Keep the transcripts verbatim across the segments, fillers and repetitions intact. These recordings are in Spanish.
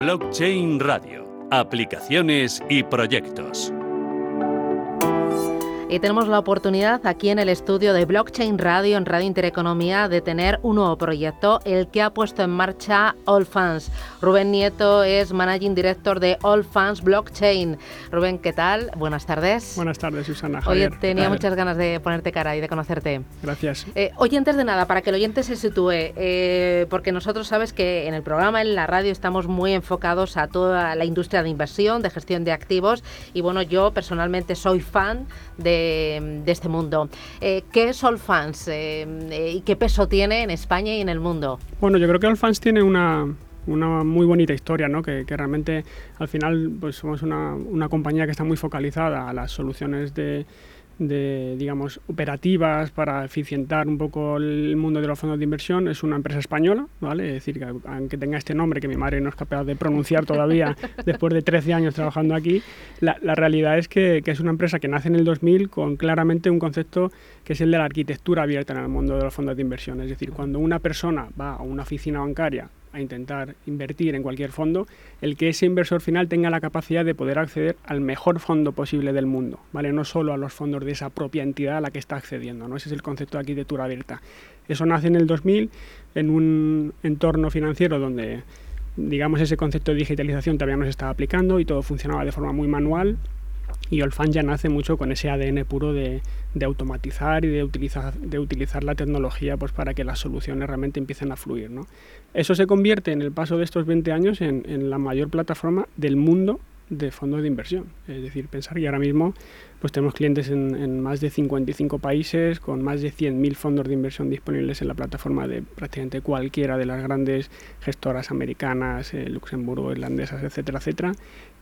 Blockchain Radio, aplicaciones y proyectos. Y tenemos la oportunidad aquí en el estudio de Blockchain Radio, en Radio Intereconomía, de tener un nuevo proyecto, el que ha puesto en marcha Allfunds. Rubén Nieto es Managing Director de Allfunds Blockchain. Rubén, ¿qué tal? Buenas tardes. Buenas tardes, Susana. Oye, Javier, tenía muchas ganas de ponerte cara y de conocerte. Gracias. Eh, oye, antes de nada, para que el oyente se sitúe, eh, porque nosotros sabes que en el programa, en la radio, estamos muy enfocados a toda la industria de inversión, de gestión de activos, y bueno, yo personalmente soy fan de de este mundo. Eh, ¿Qué es Allfunds eh, eh, y qué peso tiene en España y en el mundo? Bueno, yo creo que Allfunds tiene una, una muy bonita historia, ¿no? Que, que realmente al final pues somos una, una compañía que está muy focalizada a las soluciones de, de, digamos, operativas para eficientar un poco el mundo de los fondos de inversión. Es una empresa española, ¿vale? Es decir, que aunque tenga este nombre que mi madre no es capaz de pronunciar todavía después de trece años trabajando aquí, la, la realidad es que, que es una empresa que nace en el dos mil con claramente un concepto que es el de la arquitectura abierta en el mundo de los fondos de inversión. Es decir, cuando una persona va a una oficina bancaria a intentar invertir en cualquier fondo, el que ese inversor final tenga la capacidad de poder acceder al mejor fondo posible del mundo, ¿vale? No solo a los fondos de esa propia entidad a la que está accediendo, ¿no? Ese es el concepto de arquitectura abierta. Eso nace en el dos mil en un entorno financiero donde, digamos, ese concepto de digitalización todavía no se estaba aplicando y todo funcionaba de forma muy manual. Y Allfunds ya nace mucho con ese A D N puro de, de automatizar y de utilizar, de utilizar la tecnología pues, para que las soluciones realmente empiecen a fluir, ¿no? Eso se convierte en el paso de estos veinte años en, en la mayor plataforma del mundo de fondos de inversión. Es decir, pensar que ahora mismo pues tenemos clientes en, en más de cincuenta y cinco países, con más de cien mil fondos de inversión disponibles en la plataforma de prácticamente cualquiera de las grandes gestoras americanas, eh, Luxemburgo, irlandesas, etcétera, etcétera,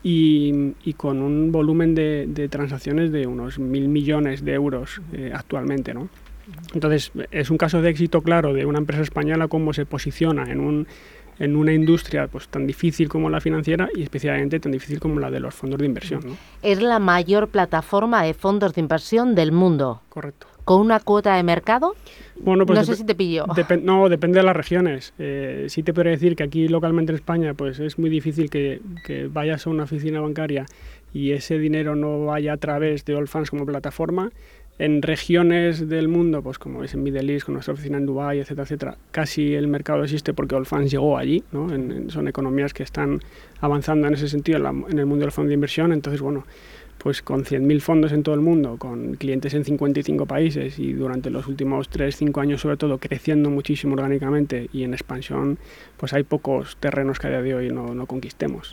y, y con un volumen de, de transacciones de unos mil millones de euros eh, actualmente, ¿no? Entonces, es un caso de éxito claro de una empresa española cómo se posiciona en un en una industria pues tan difícil como la financiera y especialmente tan difícil como la de los fondos de inversión, ¿no? Es la mayor plataforma de fondos de inversión del mundo. Correcto. ¿Con una cuota de mercado? Bueno, pues no sé si te pillo. Dep- no, depende de las regiones. Eh, sí te podría decir que aquí localmente en España pues es muy difícil que, que vayas a una oficina bancaria y ese dinero no vaya a través de Allfunds como plataforma. En regiones del mundo, pues como es en Middle East, con nuestra oficina en Dubái, etcétera, etcétera, casi el mercado existe porque Allfunds llegó allí, ¿no? En, en, son economías que están avanzando en ese sentido en, la, en el mundo del fondo de inversión. Entonces, bueno, pues con cien mil fondos en todo el mundo, con clientes en cincuenta y cinco países y durante los últimos tres cinco años sobre todo creciendo muchísimo orgánicamente y en expansión, pues hay pocos terrenos que a día de hoy no, no conquistemos.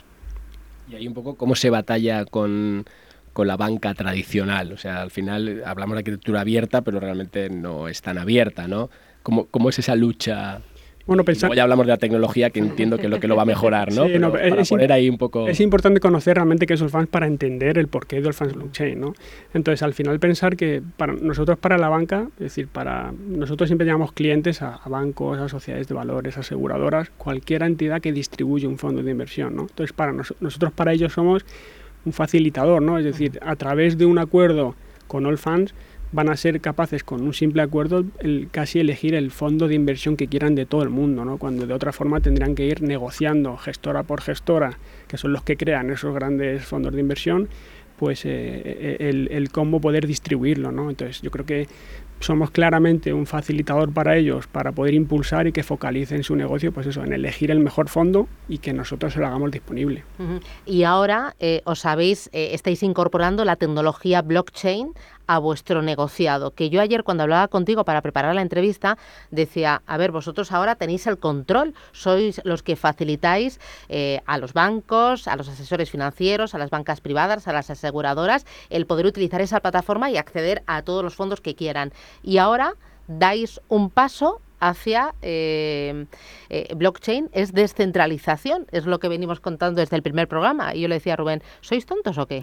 Y ahí un poco cómo se batalla con... con la banca tradicional, o sea, al final hablamos de arquitectura abierta, pero realmente no es tan abierta, ¿no? ¿Cómo, cómo es esa lucha? Bueno, pensar... Luego ya hablamos de la tecnología, que entiendo que es lo que lo va a mejorar, ¿no? Sí, Pero no para es, poner ahí un poco... Es importante conocer realmente qué es Allfunds para entender el porqué de Allfunds Blockchain, ¿no? Entonces, al final pensar que para nosotros, para la banca, es decir, para nosotros siempre llamamos clientes a, a bancos, a sociedades de valores, aseguradoras, cualquier entidad que distribuye un fondo de inversión, ¿no? Entonces, para nos, nosotros para ellos somos un facilitador, ¿no? Es decir, a través de un acuerdo con Allfunds van a ser capaces con un simple acuerdo el, casi elegir el fondo de inversión que quieran de todo el mundo, ¿no? Cuando de otra forma tendrían que ir negociando gestora por gestora, que son los que crean esos grandes fondos de inversión, pues eh, el, el cómo poder distribuirlo, ¿no? Entonces yo creo que somos claramente un facilitador para ellos para poder impulsar y que focalicen su negocio, pues eso, en elegir el mejor fondo y que nosotros se lo hagamos disponible. Uh-huh. Y ahora eh, os habéis, eh, estáis incorporando la tecnología blockchain a vuestro negociado, que yo ayer cuando hablaba contigo para preparar la entrevista decía, a ver, vosotros ahora tenéis el control, sois los que facilitáis eh, a los bancos, a los asesores financieros, a las bancas privadas, a las aseguradoras, el poder utilizar esa plataforma y acceder a todos los fondos que quieran. Y ahora dais un paso hacia eh, eh, blockchain, es descentralización, es lo que venimos contando desde el primer programa. Y yo le decía a Rubén, ¿sois tontos o qué?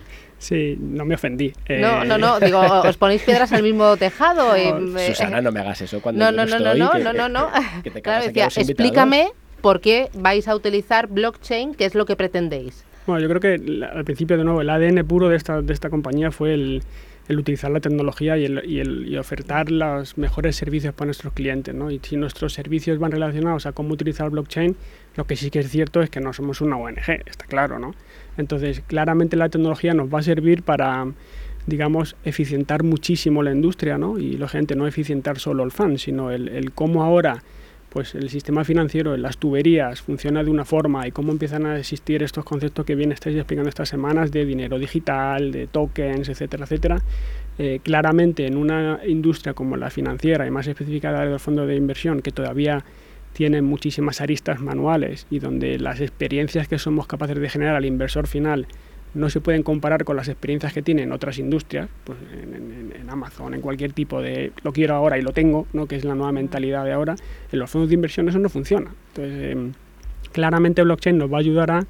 Sí, no me ofendí. Eh... No, no, no, digo, os ponéis piedras al mismo tejado. No, eh, Susana, no me hagas eso cuando no, yo no, no, no, estoy. no, que, no, no, no, que te claro, decía, explícame por qué vais a utilizar blockchain, qué es lo que pretendéis. Bueno, yo creo que al principio, de nuevo, el A D N puro de esta, de esta compañía fue el el utilizar la tecnología y, el, y, el, y ofertar los mejores servicios para nuestros clientes, ¿no? Y si nuestros servicios van relacionados a cómo utilizar blockchain, lo que sí que es cierto es que no somos una O N G, está claro, ¿no? Entonces, claramente la tecnología nos va a servir para, digamos, eficientar muchísimo la industria, ¿no? Y lógicamente no eficientar solo el fan, sino el, el cómo ahora pues el sistema financiero, las tuberías, funciona de una forma y cómo empiezan a existir estos conceptos que bien estáis explicando estas semanas de dinero digital, de tokens, etcétera, etcétera. Eh, claramente en una industria como la financiera y más específica del fondo de inversión, que todavía tiene muchísimas aristas manuales y donde las experiencias que somos capaces de generar al inversor final no se pueden comparar con las experiencias que tienen otras industrias, pues en, en, en Amazon, en cualquier tipo de lo quiero ahora y lo tengo, ¿no? Que es la nueva mentalidad de ahora. En los fondos de inversión eso no funciona. Entonces, eh, claramente blockchain nos va a ayudar a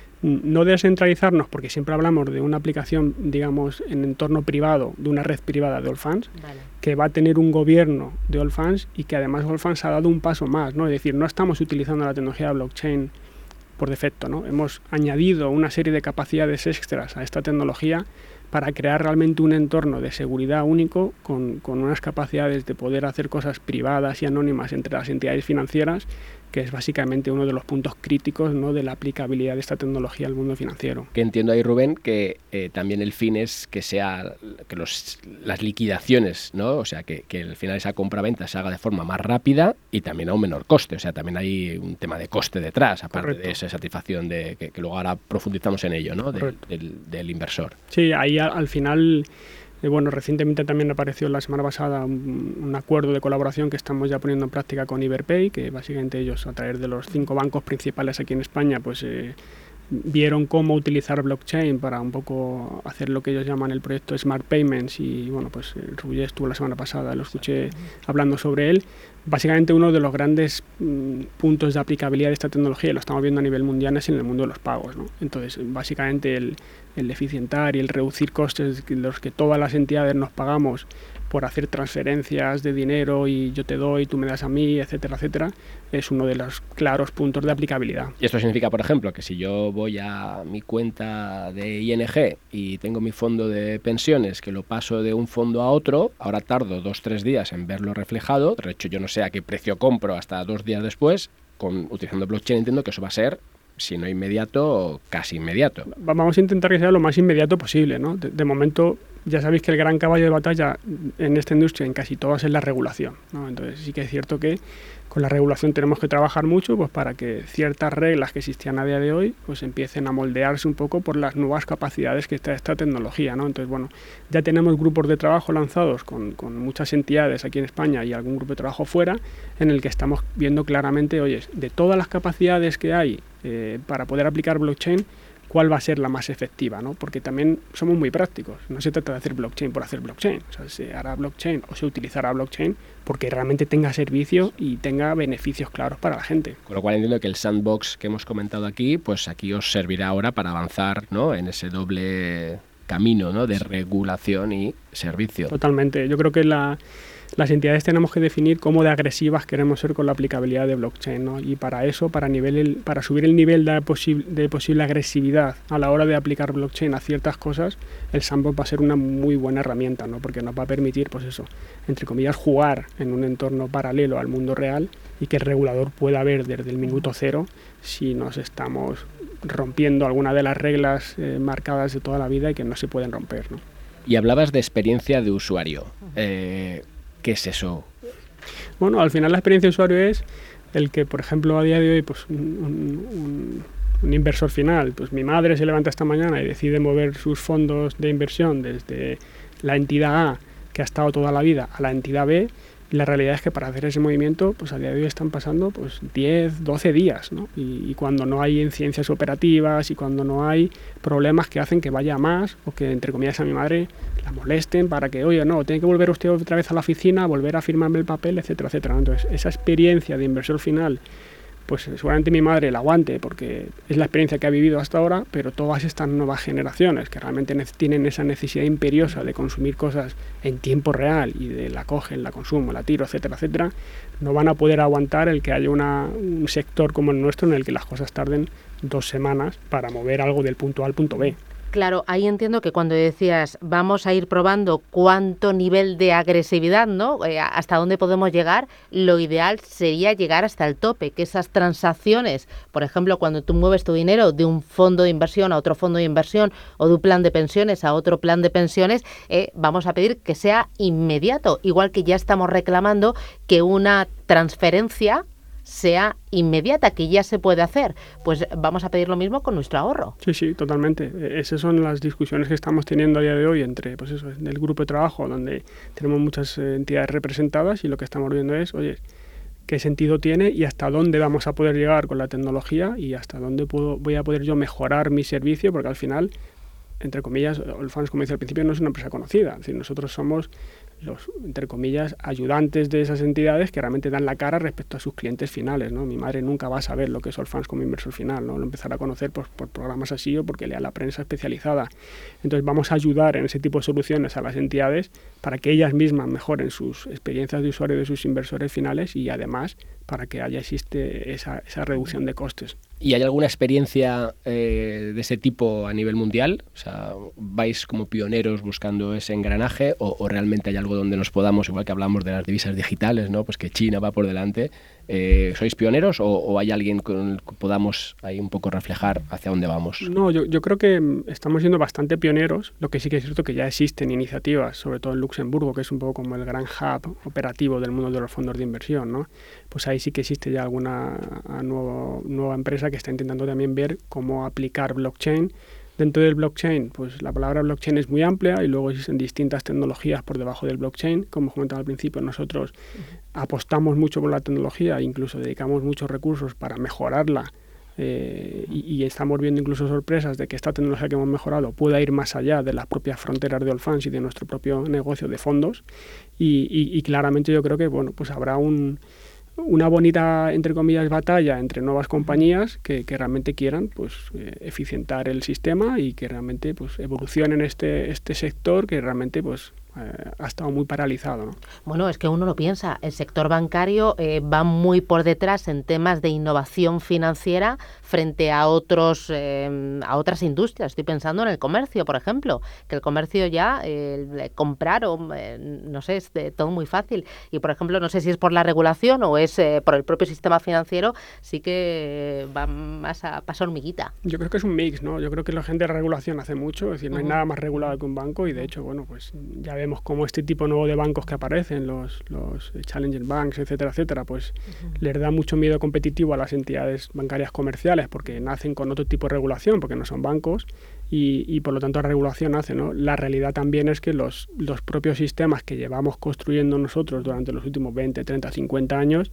no descentralizarnos, porque siempre hablamos de una aplicación, digamos, en entorno privado, de una red privada de Allfunds, vale, que va a tener un gobierno de Allfunds y que además Allfunds ha dado un paso más, ¿no? Es decir, no estamos utilizando la tecnología de blockchain por defecto, ¿no? Hemos añadido una serie de capacidades extras a esta tecnología para crear realmente un entorno de seguridad único con, con unas capacidades de poder hacer cosas privadas y anónimas entre las entidades financieras, que es básicamente uno de los puntos críticos, ¿no? De la aplicabilidad de esta tecnología al mundo financiero. Que entiendo ahí, Rubén, que eh, también el fin es que sea que los, las liquidaciones, ¿no? O sea, que, que al final esa compra-venta se haga de forma más rápida y también a un menor coste. O sea, también hay un tema de coste detrás, aparte Correcto. De esa satisfacción de que, que luego ahora profundizamos en ello, ¿no? De, del, del inversor. Sí, ahí al, al final... Eh, bueno, recientemente también apareció la semana pasada un, un acuerdo de colaboración que estamos ya poniendo en práctica con Iberpay, que básicamente ellos, a través de los cinco bancos principales aquí en España, pues eh, vieron cómo utilizar blockchain para un poco hacer lo que ellos llaman el proyecto Smart Payments y bueno, pues Rubí estuvo la semana pasada, lo escuché hablando sobre él. Básicamente uno de los grandes mm, puntos de aplicabilidad de esta tecnología, y lo estamos viendo a nivel mundial, es en el mundo de los pagos, ¿no? Entonces, básicamente el, el eficientar y el reducir costes de los que todas las entidades nos pagamos por hacer transferencias de dinero y yo te doy, tú me das a mí, etcétera, etcétera, es uno de los claros puntos de aplicabilidad. Y esto significa, por ejemplo, que si yo voy a mi cuenta de I N G y tengo mi fondo de pensiones que lo paso de un fondo a otro, ahora tardo dos, tres días en verlo reflejado, de hecho yo no sé a qué precio compro hasta dos días después, con, utilizando blockchain entiendo que eso va a ser, si no inmediato, casi inmediato. Vamos a intentar que sea lo más inmediato posible, ¿no? De, de momento, ya sabéis que el gran caballo de batalla en esta industria, en casi todas, es la regulación, ¿no? Entonces sí que es cierto que con la regulación tenemos que trabajar mucho, pues para que ciertas reglas que existían a día de hoy pues empiecen a moldearse un poco por las nuevas capacidades que está esta tecnología, ¿no? Entonces, bueno, ya tenemos grupos de trabajo lanzados con, con muchas entidades aquí en España y algún grupo de trabajo fuera, en el que estamos viendo claramente, oye, de todas las capacidades que hay eh, para poder aplicar blockchain, cuál va a ser la más efectiva, ¿no? Porque también somos muy prácticos. No se trata de hacer blockchain por hacer blockchain. O sea, se hará blockchain o se utilizará blockchain porque realmente tenga servicio y tenga beneficios claros para la gente. Con lo cual entiendo que el sandbox que hemos comentado aquí, pues aquí os servirá ahora para avanzar, ¿no? En ese doble camino, ¿no? De regulación y servicio. Totalmente. Yo creo que la... Las entidades tenemos que definir cómo de agresivas queremos ser con la aplicabilidad de blockchain, ¿no? Y para eso, para, nivel el, para subir el nivel de, posi de posible agresividad a la hora de aplicar blockchain a ciertas cosas, el sandbox va a ser una muy buena herramienta, ¿no? Porque nos va a permitir, pues eso, entre comillas, jugar en un entorno paralelo al mundo real y que el regulador pueda ver desde el minuto cero si nos estamos rompiendo alguna de las reglas eh, marcadas de toda la vida y que no se pueden romper, ¿no? Y hablabas de experiencia de usuario. Eh, ¿Qué es eso? Bueno, al final la experiencia de usuario es el que, por ejemplo, a día de hoy, pues un, un, un inversor final, pues mi madre se levanta esta mañana y decide mover sus fondos de inversión desde la entidad A, que ha estado toda la vida, a la entidad B, y la realidad es que para hacer ese movimiento, pues a día de hoy están pasando pues diez, doce días, ¿no? Y, y cuando no hay incidencias operativas y cuando no hay problemas que hacen que vaya más o que, entre comillas, a mi madre la molesten para que, oye, no, tiene que volver usted otra vez a la oficina, volver a firmarme el papel, etcétera, etcétera. Entonces, esa experiencia de inversor final, pues seguramente mi madre la aguante porque es la experiencia que ha vivido hasta ahora, pero todas estas nuevas generaciones que realmente tienen esa necesidad imperiosa de consumir cosas en tiempo real y de la cogen, la consumo, la tiro, etcétera, etcétera, no van a poder aguantar el que haya una, un sector como el nuestro en el que las cosas tarden dos semanas para mover algo del punto A al punto B. Claro, ahí entiendo que cuando decías vamos a ir probando cuánto nivel de agresividad, ¿no? Eh, hasta dónde podemos llegar, lo ideal sería llegar hasta el tope, que esas transacciones, por ejemplo, cuando tú mueves tu dinero de un fondo de inversión a otro fondo de inversión o de un plan de pensiones a otro plan de pensiones, eh, vamos a pedir que sea inmediato, igual que ya estamos reclamando que una transferencia sea inmediata, que ya se puede hacer, pues vamos a pedir lo mismo con nuestro ahorro. Sí, sí, totalmente. Esas son las discusiones que estamos teniendo a día de hoy entre, pues eso, del grupo de trabajo, donde tenemos muchas entidades representadas y lo que estamos viendo es, oye, qué sentido tiene y hasta dónde vamos a poder llegar con la tecnología y hasta dónde puedo, voy a poder yo mejorar mi servicio, porque al final, entre comillas, Allfunds, como decía al principio, no es una empresa conocida. Es decir, nosotros somos los, entre comillas, ayudantes de esas entidades que realmente dan la cara respecto a sus clientes finales, ¿no? Mi madre nunca va a saber lo que es Allfunds como inversor final, ¿no? Lo empezará a conocer pues, por programas así o porque lea la prensa especializada. Entonces vamos a ayudar en ese tipo de soluciones a las entidades para que ellas mismas mejoren sus experiencias de usuario de sus inversores finales y además para que haya existe esa, esa reducción de costes. ¿Y hay alguna experiencia eh, de ese tipo a nivel mundial? O sea, ¿vais como pioneros buscando ese engranaje o, o realmente hay algo donde nos podamos, igual que hablamos de las divisas digitales, ¿no? Pues que China va por delante, eh, ¿sois pioneros o, o hay alguien con el que podamos ahí un poco reflejar hacia dónde vamos? No, yo, yo creo que estamos siendo bastante pioneros, lo que sí que es cierto que ya existen iniciativas, sobre todo en Luxemburgo, que es un poco como el gran hub operativo del mundo de los fondos de inversión, ¿no? Pues ahí sí que existe ya alguna nuevo, nueva empresa que está intentando también ver cómo aplicar blockchain. Dentro del blockchain, pues la palabra blockchain es muy amplia y luego existen distintas tecnologías por debajo del blockchain. Como comentaba al principio, nosotros uh-huh. apostamos mucho por la tecnología, incluso dedicamos muchos recursos para mejorarla eh, y, y estamos viendo incluso sorpresas de que esta tecnología que hemos mejorado pueda ir más allá de las propias fronteras de Allfunds y de nuestro propio negocio de fondos y, y, y claramente yo creo que bueno, pues habrá un... una bonita, entre comillas, batalla entre nuevas compañías que, que realmente quieran pues eh, eficientar el sistema y que realmente pues evolucionen este, este sector que realmente pues eh, ha estado muy paralizado, ¿no? Bueno, es que uno lo piensa, el sector bancario eh, va muy por detrás en temas de innovación financiera frente a otros eh, a otras industrias. Estoy pensando en el comercio, por ejemplo, que el comercio ya eh, comprar o eh, no sé, es de, todo muy fácil y por ejemplo, no sé si es por la regulación o es eh, por el propio sistema financiero, sí que va más a paso hormiguita. Yo creo que es un mix, ¿no? Yo creo que la gente de regulación hace mucho, es decir, no hay uh-huh. nada más regulado que un banco y de hecho, bueno, pues ya vemos cómo este tipo nuevo de bancos que aparecen, los, los Challenger Banks, etcétera, etcétera, pues uh-huh. les da mucho miedo competitivo a las entidades bancarias comerciales porque nacen con otro tipo de regulación, porque no son bancos y, y por lo tanto la regulación hace, ¿no? La realidad también es que los, los propios sistemas que llevamos construyendo nosotros durante los últimos veinte, treinta, cincuenta años,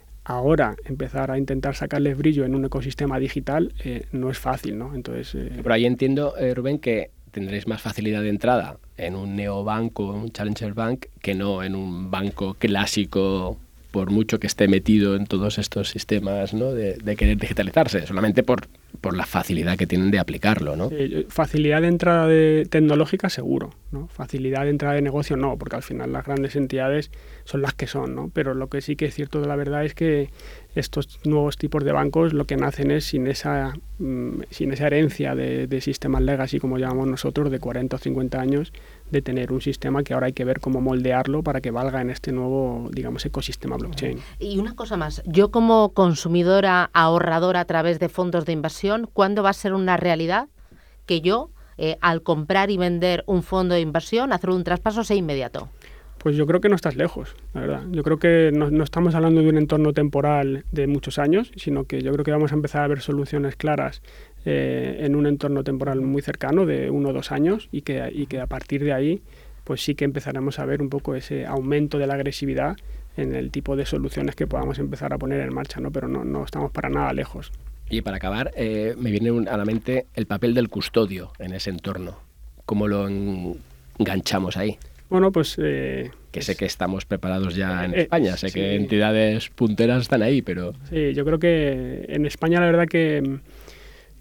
ahora empezar a intentar sacarles brillo en un ecosistema digital eh, no es fácil, ¿no? Entonces, eh... Pero ahí entiendo, eh, Rubén, que tendréis más facilidad de entrada en un neobanco, un Challenger Bank, que no en un banco clásico, por mucho que esté metido en todos estos sistemas, ¿no? de, de querer digitalizarse, solamente por, por la facilidad que tienen de aplicarlo, ¿no? Sí, facilidad de entrada de tecnológica seguro, ¿no? Facilidad de entrada de negocio no, porque al final las grandes entidades son las que son, ¿no? Pero lo que sí que es cierto de la verdad es que estos nuevos tipos de bancos lo que nacen es sin esa, mmm, sin esa herencia de, de sistemas legacy, como llamamos nosotros, de cuarenta o cincuenta años, de tener un sistema que ahora hay que ver cómo moldearlo para que valga en este nuevo, digamos, ecosistema blockchain. Y una cosa más, yo como consumidora ahorradora a través de fondos de inversión, ¿cuándo va a ser una realidad que yo, eh, al comprar y vender un fondo de inversión, hacer un traspaso sea inmediato? Pues yo creo que no estás lejos, la verdad. Yo creo que no, no estamos hablando de un entorno temporal de muchos años, sino que yo creo que vamos a empezar a ver soluciones claras eh, en un entorno temporal muy cercano, de uno o dos años, y que, y que a partir de ahí pues sí que empezaremos a ver un poco ese aumento de la agresividad en el tipo de soluciones que podamos empezar a poner en marcha, ¿no? Pero no, no estamos para nada lejos. Y para acabar, eh, me viene a la mente el papel del custodio en ese entorno. ¿Cómo lo enganchamos ahí? Bueno, pues... Eh, que sé que estamos preparados ya en eh, España, sé sí. que entidades punteras están ahí, pero... Sí, yo creo que en España la verdad que,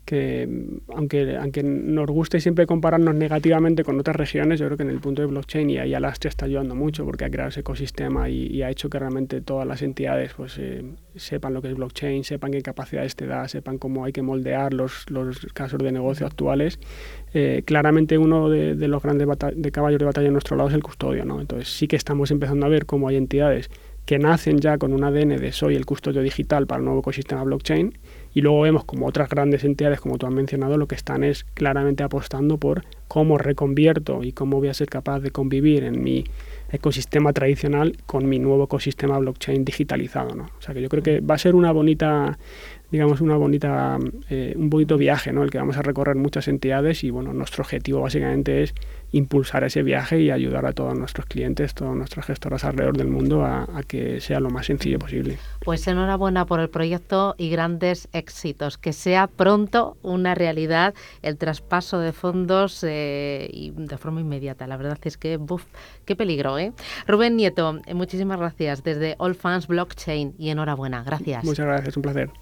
que aunque, aunque nos guste siempre compararnos negativamente con otras regiones, yo creo que en el punto de blockchain y ahí Alastria está ayudando mucho porque ha creado ese ecosistema y, y ha hecho que realmente todas las entidades pues eh, sepan lo que es blockchain, sepan qué capacidades te da, sepan cómo hay que moldear los, los casos de negocio actuales. Eh, claramente uno de, de los grandes de caballos de batalla en nuestro lado es el custodio, ¿no? Entonces sí que estamos empezando a ver cómo hay entidades que nacen ya con un A D N de soy el custodio digital para el nuevo ecosistema blockchain, y luego vemos como otras grandes entidades, como tú has mencionado, lo que están es claramente apostando por cómo reconvierto y cómo voy a ser capaz de convivir en mi ecosistema tradicional con mi nuevo ecosistema blockchain digitalizado, ¿no? O sea que yo creo que va a ser una bonita, digamos, una bonita, eh, un bonito viaje, ¿no? El que vamos a recorrer muchas entidades y, bueno, nuestro objetivo básicamente es impulsar ese viaje y ayudar a todos nuestros clientes, todas nuestras gestoras alrededor del mundo a, a que sea lo más sencillo posible. Pues enhorabuena por el proyecto y grandes éxitos. Que sea pronto una realidad el traspaso de fondos eh, y de forma inmediata. La verdad es que, buf, qué peligro, ¿eh? Rubén Nieto, muchísimas gracias desde Allfunds Blockchain y enhorabuena. Gracias. Muchas gracias, un placer.